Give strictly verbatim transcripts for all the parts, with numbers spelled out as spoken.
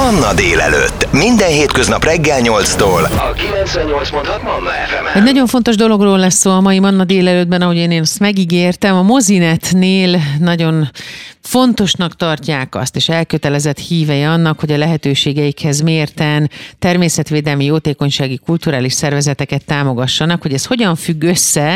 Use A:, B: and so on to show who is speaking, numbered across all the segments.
A: Manna délelőtt. Minden hétköznap reggel nyolctól a kilencvennyolc pont hat Manna ef emen.
B: Egy nagyon fontos dologról lesz szó a mai Manna délelőttben, ahogy én ezt megígértem. A Mozinetnél nagyon fontosnak tartják azt, és elkötelezett hívei annak, hogy a lehetőségeikhez mérten természetvédelmi, jótékonysági, kulturális szervezeteket támogassanak. Hogy ez hogyan függ össze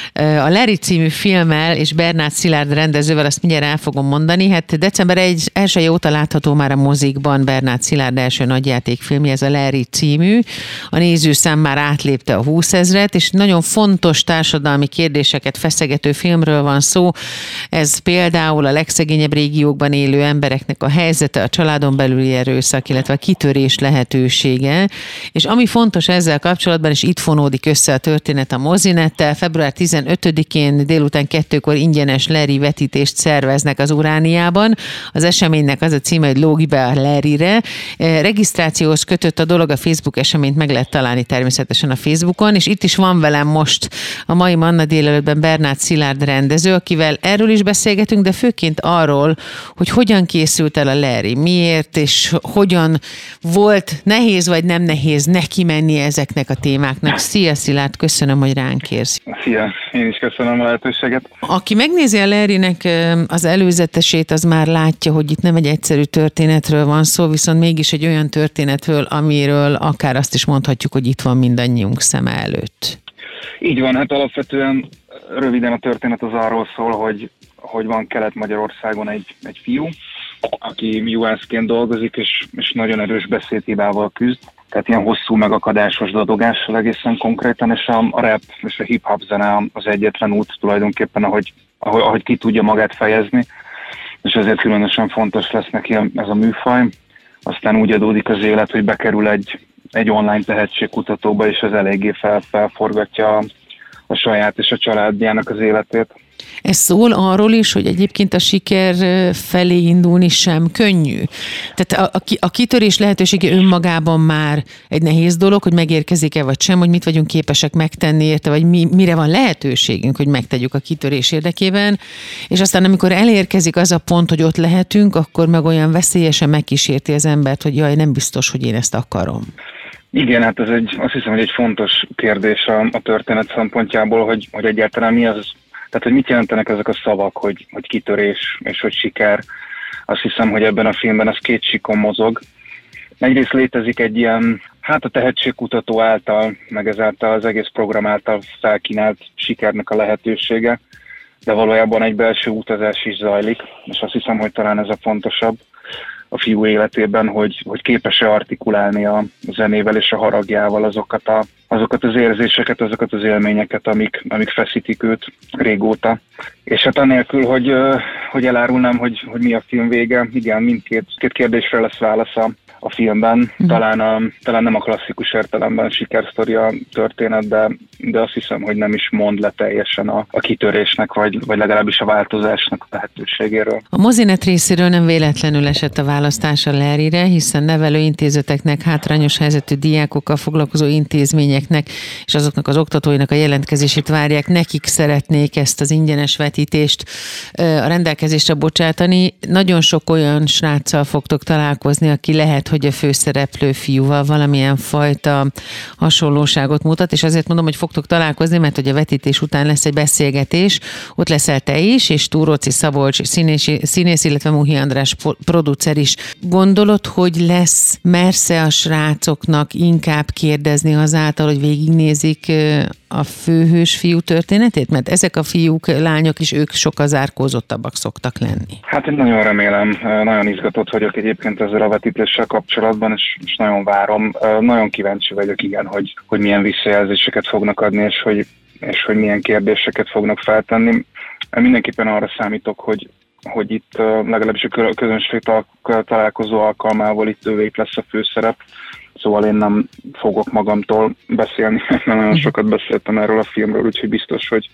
B: a Larry című filmmel és Bernát Szilárd rendezővel, azt mindjárt el fogom mondani. Hát december elsejé óta látható már a mozikban Bernát Szilárd első nagyjátékfilmje, ez a Larry című. A nézőszám már átlépte a húszezret, és nagyon fontos társadalmi kérdéseket feszegető filmről van szó. Ez például a legszegényebb régiókban élő embereknek a helyzete, a családon belüli erőszak, illetve a kitörés lehetősége. És ami fontos ezzel kapcsolatban, és itt fonódik össze a történet a Mozinettel, február tizenötödikén délután kettőkor ingyenes Larry vetítést szerveznek az Urániában. Az eseménynek az a címe, hogy lógj be a Larryre. Regisztrációhoz kötött a dolog, a Facebook eseményt meg lehet találni természetesen a Facebookon, és itt is van velem most a mai Manna délelőttben Bernát Szilárd rendező, akivel erről is beszélgetünk, de főként arról, hogy hogyan készült el a Larry, miért és hogyan volt nehéz vagy nem nehéz neki menni ezeknek a témáknak. Szia Szilárd, köszönöm, hogy ránk érsz.
C: Szia, én is köszönöm a lehetőséget.
B: Aki megnézi a Larrynek az előzetesét, az már látja, hogy itt nem egy egyszerű történetről van szó, viszont mégis egy olyan történetről, amiről akár azt is mondhatjuk, hogy itt van mindannyiunk szeme előtt.
C: Így van, hát alapvetően röviden a történet az arról szól, hogy, hogy van Kelet-Magyarországon egy, egy fiú, aki ú es-ként dolgozik, és, és nagyon erős beszédhibával küzd. Tehát ilyen hosszú, megakadásos dadogással egészen konkrétan, és a, a rap és a hip-hop zene az egyetlen út tulajdonképpen, ahogy, ahogy, ahogy ki tudja magát fejezni, és ezért különösen fontos lesz neki ez a műfaj. Aztán úgy adódik az élet, hogy bekerül egy, egy online tehetségkutatóba, és ez eléggé fel, felforgatja a, a saját és a családjának az életét.
B: Ez szól arról is, hogy egyébként a siker felé indulni sem könnyű. Tehát a, a, a kitörés lehetősége önmagában már egy nehéz dolog, hogy megérkezik-e vagy sem, hogy mit vagyunk képesek megtenni érte, vagy mi, mire van lehetőségünk, hogy megtegyük a kitörés érdekében. És aztán amikor elérkezik az a pont, hogy ott lehetünk, akkor meg olyan veszélyesen megkísérti az embert, hogy jaj, nem biztos, hogy én ezt akarom.
C: Igen, hát ez egy, azt hiszem, hogy egy fontos kérdés a, a történet szempontjából, hogy, hogy egyáltalán mi az. Tehát, hogy mit jelentenek ezek a szavak, hogy, hogy kitörés és hogy siker. Azt hiszem, hogy ebben a filmben ez két síkon mozog. Egyrészt létezik egy ilyen, hát a tehetségkutató által, meg ezáltal az egész program által felkínált sikernek a lehetősége, de valójában egy belső utazás is zajlik, és azt hiszem, hogy talán ez a fontosabb a fiú életében, hogy, hogy képes-e artikulálni a zenével és a haragjával azokat, a, azokat az érzéseket, azokat az élményeket, amik, amik feszítik őt régóta. És hát anélkül, hogy, hogy elárulnám, hogy, hogy mi a film vége, igen, mindkét két kérdésre lesz válasz a, a filmben. Talán, a, talán nem a klasszikus értelemben sikersztori a történet, de, de azt hiszem, hogy nem is mond le teljesen a, a kitörésnek, vagy, vagy legalábbis a változásnak a lehetőségéről.
B: A Mozinet részéről nem véletlenül esett a választás a Larryre, hiszen nevelőintézeteknek, hátrányos helyzetű diákokkal foglalkozó intézményeknek és azoknak az oktatóinak a jelentkezését várják. Nekik szeretnék ezt az ingyenes vetítést a rendelkezésre bocsátani. Nagyon sok olyan sráccal fogtok találkozni, aki lehet, hogy a főszereplő fiúval valamilyen fajta hasonlóságot mutat, és azért mondom, hogy fogtok találkozni, mert hogy a vetítés után lesz egy beszélgetés, ott leszel te is, és Túróczi Szabolcs színész, színész, illetve Muhi András producer is. Gondolod, hogy lesz mersze a srácoknak inkább kérdezni azáltal, hogy végignézik a főhős fiú történetét? Mert ezek a fiúk, lányok is, ők sokkal zárkózottabbak szoktak lenni.
C: Hát én nagyon remélem, nagyon izgatott vagyok egyébként ezzel a vetítéssel kapcsolatban, és, és nagyon várom. Nagyon kíváncsi vagyok, igen, hogy, hogy milyen visszajelzéseket fognak adni, és hogy, és hogy milyen kérdéseket fognak feltenni. Mindenképpen arra számítok, hogy hogy itt legalábbis a közönség találkozó alkalmával itt ővék lesz a főszerep. Szóval én nem fogok magamtól beszélni, mert nagyon sokat beszéltem erről a filmről, úgyhogy biztos, hogy,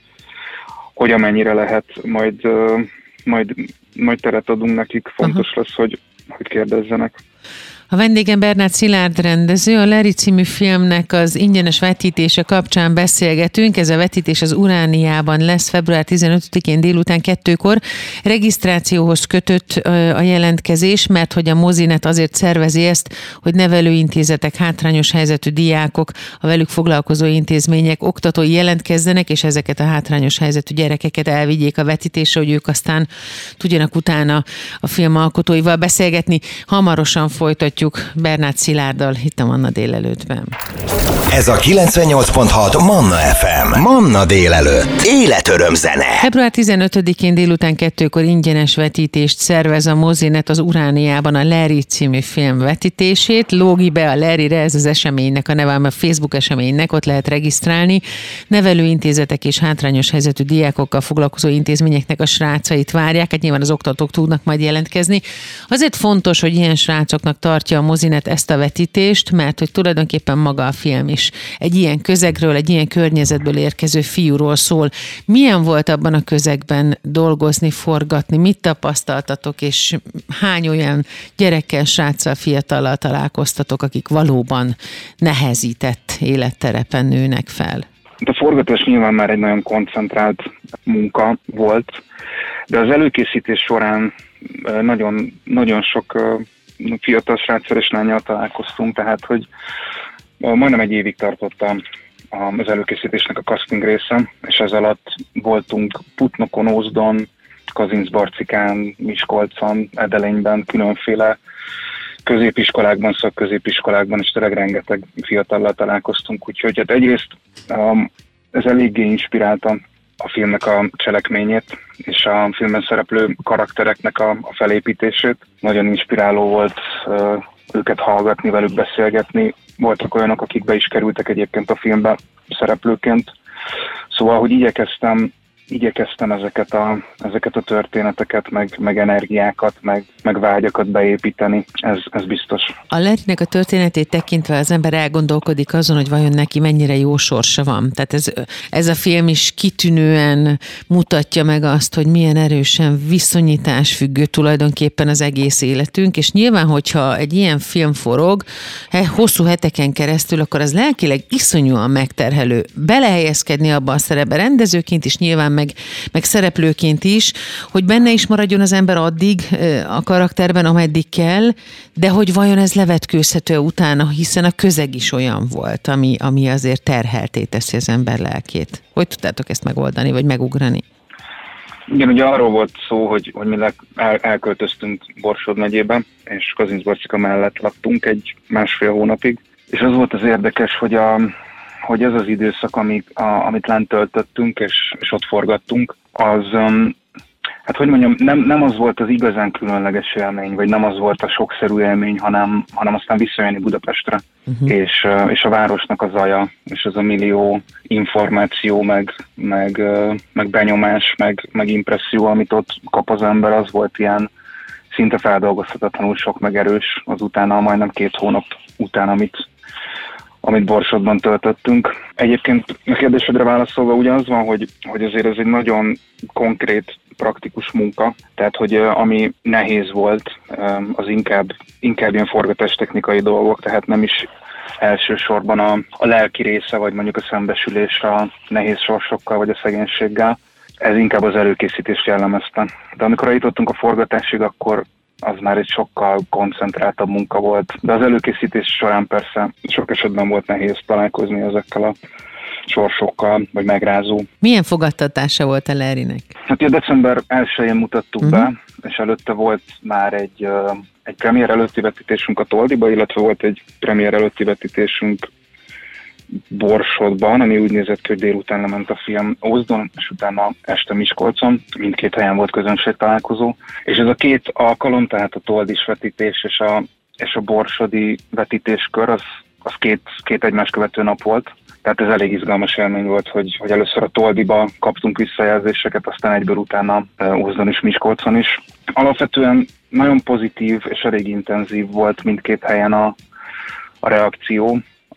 C: hogy amennyire lehet, majd, majd, majd teret adunk nekik. Fontos Aha. lesz, hogy, hogy kérdezzenek.
B: A vendégem Bernát Szilárd rendező, a Larry című filmnek az ingyenes vetítése kapcsán beszélgetünk. Ez a vetítés az Urániában lesz február tizenötödikén délután kettőkor. Regisztrációhoz kötött a jelentkezés, mert hogy a Mozinet azért szervezi ezt, hogy nevelőintézetek, hátrányos helyzetű diákok, a velük foglalkozó intézmények, oktatói jelentkezzenek, és ezeket a hátrányos helyzetű gyerekeket elvigyék a vetítésre, hogy ők aztán tudjanak utána a film alkotóival beszélgetni. Hamarosan folytatjuk Bernát Szilárddal itt a Manna délelőttben.
A: Ez a kilencvennyolc pont hat Manna ef em. Manna délelőtt. Életöröm zene.
B: február tizenötödikén délután kettőkor ingyenes vetítést szervez a Mozinet az Urániában, a Larry című film vetítését. Lógi be a Larryre, ez az eseménynek a neve, a Facebook eseménynek, ott lehet regisztrálni. Nevelőintézetek és hátrányos helyzetű diákokkal foglalkozó intézményeknek a srácait várják, hát nyilván az oktatók tudnak majd jelentkezni. Azért fontos, hogy ilyen srácoknak tartja a Mozinet ezt a vetítést, mert hogy tulajdonképpen maga a film is egy ilyen közegről, egy ilyen környezetből érkező fiúról szól. Milyen volt abban a közegben dolgozni, forgatni, mit tapasztaltatok, és hány olyan gyerekkel, sráccal, fiatallal találkoztatok, akik valóban nehezített életterepen nőnek fel?
C: A forgatás nyilván már egy nagyon koncentrált munka volt, de az előkészítés során nagyon, nagyon sok fiatal sráccal és lányjal találkoztunk, tehát hogy majdnem egy évig tartott az előkészítésnek a casting része, és ez alatt voltunk Putnokon, Ózdon, Kazincbarcikán, Miskolcon, Edelényben, különféle középiskolákban, szakközépiskolákban, és tényleg rengeteg fiatallal találkoztunk, úgyhogy hát egyrészt ez eléggé inspirálta a filmnek a cselekményét, és a filmben szereplő karaktereknek a, a felépítését. Nagyon inspiráló volt uh, őket hallgatni, velük beszélgetni. Voltak olyanok, akik be is kerültek egyébként a filmbe szereplőként. Szóval, hogy igyekeztem, igyekeztem ezeket a, ezeket a történeteket, meg, meg energiákat, meg, meg vágyakat beépíteni, ez, ez biztos.
B: A Larrynek a történetét tekintve az ember elgondolkodik azon, hogy vajon neki mennyire jó sorsa van. Tehát ez, ez a film is kitűnően mutatja meg azt, hogy milyen erősen viszonyításfüggő tulajdonképpen az egész életünk, és nyilván, hogyha egy ilyen film forog hosszú heteken keresztül, akkor az lelkileg iszonyúan megterhelő. Belehelyezkedni abba a szerepbe rendezőként is, nyilván meg, meg szereplőként is, hogy benne is maradjon az ember addig a karakterben, ameddig kell, de hogy vajon ez levetkőzhető utána, hiszen a közeg is olyan volt, ami, ami azért terhelté teszi az ember lelkét. Hogy tudtátok ezt megoldani, vagy megugrani?
C: Igen, ugye arról volt szó, hogy, hogy mi el, elköltöztünk Borsod megyébe, és Kazincbarcika mellett laktunk egy másfél hónapig, és az volt az érdekes, hogy a hogy ez az időszak, amit, a, amit lent töltöttünk, és, és ott forgattunk, az, um, hát hogy mondjam, nem, nem az volt az igazán különleges élmény, vagy nem az volt a sokszerű élmény, hanem, hanem aztán visszajönni Budapestre, uh-huh. és, és a városnak a zaja, és az a millió információ, meg, meg, meg benyomás, meg, meg impresszió, amit ott kap az ember, az volt ilyen szinte feldolgozhatatlanul sok, meg erős az utána, majdnem két hónap után, amit amit Borsodban töltöttünk. Egyébként a kérdésedre válaszolva ugye az van, hogy, hogy azért ez egy nagyon konkrét, praktikus munka, tehát hogy ami nehéz volt, az inkább, inkább ilyen forgatástechnikai dolgok, tehát nem is elsősorban a, a lelki része, vagy mondjuk a szembesülés a nehéz sorsokkal, vagy a szegénységgel. Ez inkább az előkészítést jellemezte. De amikor eljutottunk a forgatásig, akkor az már egy sokkal koncentráltabb munka volt. De az előkészítés során persze sok esetben volt nehéz találkozni ezekkel a sorsokkal, vagy megrázó.
B: Milyen fogadtatása volt a Larrynek?
C: Hát ugye december elsején mutattuk uh-huh. be, és előtte volt már egy, egy premier előtti vetítésünk a Toldiba, illetve volt egy premier előtti vetítésünk Borsodban, ami úgy nézett ki, hogy délután lement a film Ózdon, és utána este Miskolcon. Mindkét helyen volt közönség találkozó. És ez a két alkalom, tehát a toldis vetítés és a, és a borsodi vetítéskör, az, az két, két egymás követő nap volt. Tehát ez elég izgalmas élmény volt, hogy, hogy először a Toldiba kaptunk visszajelzéseket, aztán egyből utána Ózdon és Miskolcon is. Alapvetően nagyon pozitív és elég intenzív volt mindkét helyen a, a reakció.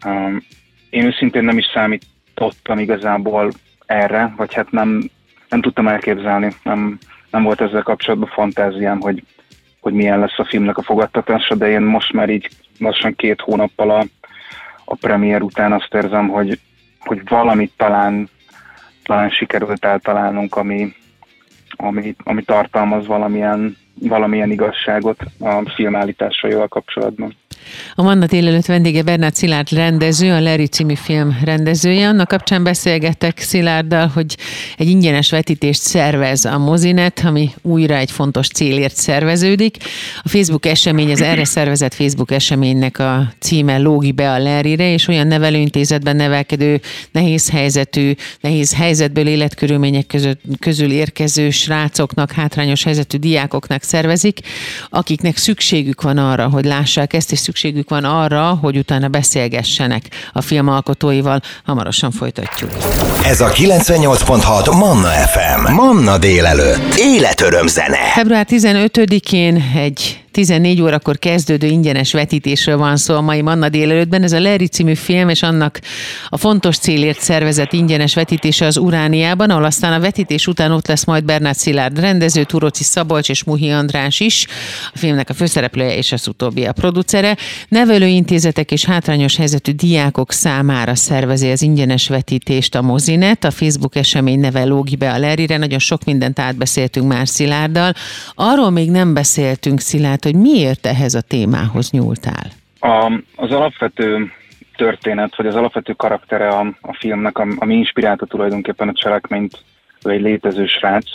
C: Én őszintén nem is számítottam igazából erre, vagy hát nem, nem tudtam elképzelni, nem, nem volt ezzel kapcsolatban fantáziám, hogy, hogy milyen lesz a filmnek a fogadtatása, de én most már így lassan két hónappal a, a premier után azt érzem, hogy, hogy valamit talán, talán sikerült eltalálnunk, ami, ami, ami tartalmaz valamilyen, valamilyen igazságot a filmállításaival kapcsolatban.
B: A Manna délelőtt vendége Bernát Szilárd rendező, a Larry című film rendezője. Annak kapcsán beszélgettek Szilárddal, hogy egy ingyenes vetítést szervez a Mozinet, ami újra egy fontos célért szerveződik. A Facebook esemény, az erre szervezett Facebook eseménynek a címe Lógi be a Larryre, és olyan nevelőintézetben nevelkedő, nehéz helyzetű, nehéz helyzetből életkörülmények között, közül érkező srácoknak, hátrányos helyzetű diákoknak szervezik, akiknek szükségük van arra, hogy lássák ezt, és szükségük van arra, hogy utána beszélgessenek a film alkotóival. Hamarosan folytatjuk.
A: Ez a kilencvennyolc pont hat Manna ef em. Manna délelőtt. Életöröm zene.
B: február tizenötödikén egy tizennégy órakor kezdődő ingyenes vetítésről van szó a mai Manna délelőttben. Ez a Larry című film, és annak a fontos célért szervezett ingyenes vetítése az Urániában, ahol aztán a vetítés után ott lesz majd Bernát Szilárd rendező, Túróczi Szabolcs és Muhi András is, a filmnek a főszereplője és az utóbbi a producere. Nevelőintézetek és hátrányos helyzetű diákok számára szervezi az ingyenes vetítést a Mozinet. A Facebook esemény neve Lógi be a Larryre. Nagyon sok mindent átbeszéltünk már Szilárddal. Arról még nem beszéltünk, Szilárd, hogy miért ehhez a témához nyúltál?
C: A, az alapvető történet, vagy az alapvető karaktere a, a filmnek, ami inspirálta tulajdonképpen a cselekményt, egy létező srác.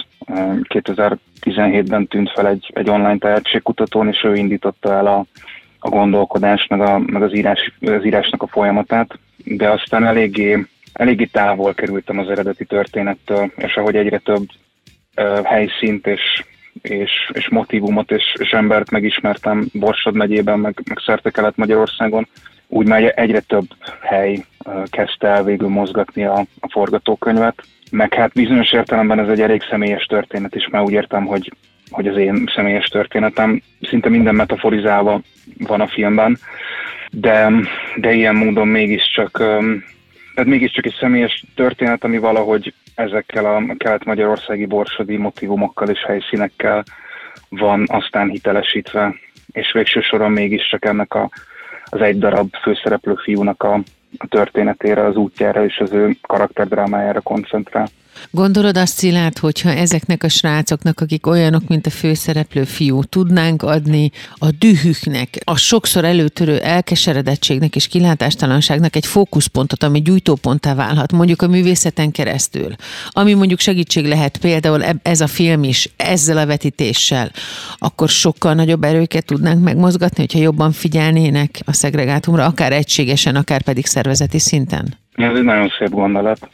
C: kétezer-tizenhétben tűnt fel egy, egy online tehetségkutatón, és ő indította el a, a gondolkodást, meg, a, meg az, írás, az írásnak a folyamatát, de aztán eléggé, eléggé távol kerültem az eredeti történettől, és ahogy egyre több uh, helyszínt és és, és motivumot és, és embert megismertem Borsod megyében, meg, meg szerte Kelet-Magyarországon, úgy már egyre több hely uh, kezdte el végül mozgatni a, a forgatókönyvet. Meg hát bizonyos értelemben ez egy elég személyes történet is, mert úgy értem, hogy, hogy az én személyes történetem szinte minden metaforizálva van a filmben, de, de ilyen módon mégiscsak, um, tehát mégiscsak egy személyes történet, ami valahogy ezekkel a kelet-magyarországi borsodi motivumokkal és helyszínekkel van aztán hitelesítve, és végső soron mégiscsak ennek a, az egy darab főszereplő fiúnak a, a történetére, az útjára és az ő karakterdrámájára koncentrál.
B: Gondolod azt, Szilárd, hogyha ezeknek a srácoknak, akik olyanok, mint a főszereplő fiú, tudnánk adni a dühüknek, a sokszor előtörő elkeseredettségnek és kilátástalanságnak egy fókuszpontot, ami gyújtóponttá válhat, mondjuk a művészeten keresztül, ami mondjuk segítség lehet például ez a film is, ezzel a vetítéssel, akkor sokkal nagyobb erőket tudnánk megmozgatni, hogyha jobban figyelnének a szegregátumra, akár egységesen, akár pedig szervezeti szinten?
C: Ez egy nagyon szép gondolat.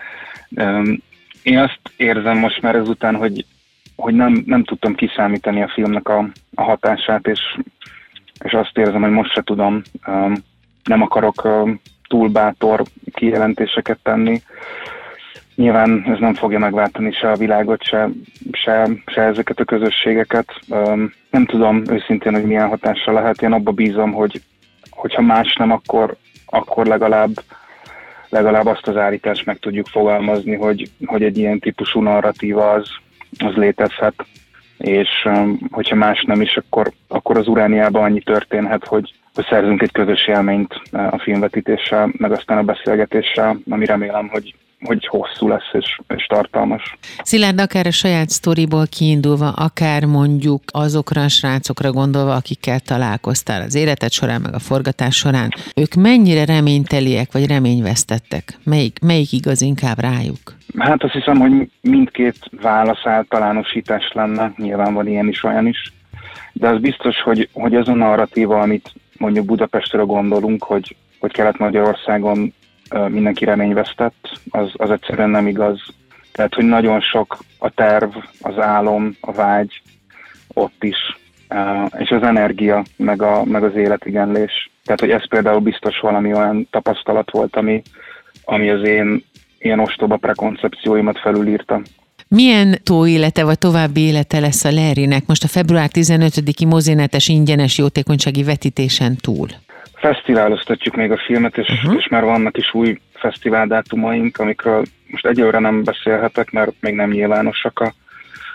C: Én azt érzem most már ezután, hogy, hogy nem, nem tudtam kiszámítani a filmnek a, a hatását, és, és azt érzem, hogy most se tudom. Nem akarok túl bátor kijelentéseket tenni. Nyilván ez nem fogja megváltani se a világot, se, se, se ezeket a közösségeket. Nem tudom őszintén, hogy milyen hatással lehet. Én abba bízom, hogy hogyha más nem, akkor, akkor legalább legalább azt az állítást meg tudjuk fogalmazni, hogy, hogy egy ilyen típusú narratíva az, az létezhet, és um, hogyha más nem is, akkor, akkor az Urániában annyi történhet, hogy, hogy szerzünk egy közös élményt a filmvetítéssel, meg aztán a beszélgetéssel, ami remélem, hogy, hogy hosszú lesz és, és tartalmas.
B: Szilárd, akár a saját sztoriból kiindulva, akár mondjuk azokra a srácokra gondolva, akikkel találkoztál az életed során, meg a forgatás során, ők mennyire reményteliek, vagy reményvesztettek? Melyik, melyik igaz inkább rájuk?
C: Hát azt hiszem, hogy mindkét válasz általánosítás lenne, nyilván van ilyen is, olyan is, de az biztos, hogy, hogy az a narratíva, amit mondjuk Budapestről gondolunk, hogy, hogy Kelet-Magyarországon mindenki reményvesztett, az, az egyszerűen nem igaz. Tehát, hogy nagyon sok a terv, az álom, a vágy ott is, és az energia, meg, a, meg az életigenlés. Tehát, hogy ez például biztos valami olyan tapasztalat volt, ami, ami az én ilyen ostoba prekoncepcióimat felülírta.
B: Milyen tóélete vagy további élete lesz a Larrynek most a február tizenötödiki mozinetes ingyenes jótékonysági vetítésen túl?
C: Fesztiváloztatjuk még a filmet, és, uh-huh. és már vannak is új fesztiváldátumaink, amikről most egyelőre nem beszélhetek, mert még nem nyilvánosak a,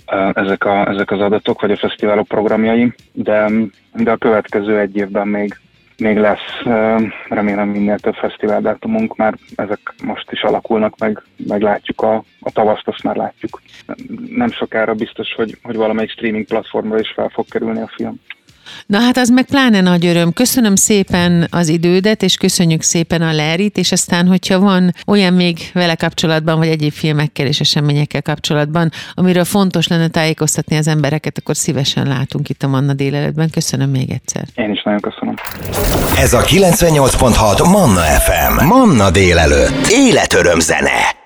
C: ezek, a, ezek az adatok, vagy a fesztiválok programjai, de, de a következő egy évben még, még lesz, remélem minél több fesztiváldátumunk, már ezek most is alakulnak, meg, meg látjuk a, a tavaszt, azt már látjuk. Nem sokára biztos, hogy, hogy valamelyik streaming platformra is fel fog kerülni a film.
B: Na hát az meg pláne nagy öröm. Köszönöm szépen az idődet, és köszönjük szépen a Larryt, és aztán, hogyha van olyan még vele kapcsolatban, vagy egyéb filmekkel és eseményekkel kapcsolatban, amiről fontos lenne tájékoztatni az embereket, akkor szívesen látunk itt a Manna délelőttben. Köszönöm még egyszer.
C: Én is nagyon köszönöm.
A: Ez a kilencvennyolc pont hat Manna ef em. Manna délelőtt. Életöröm zene.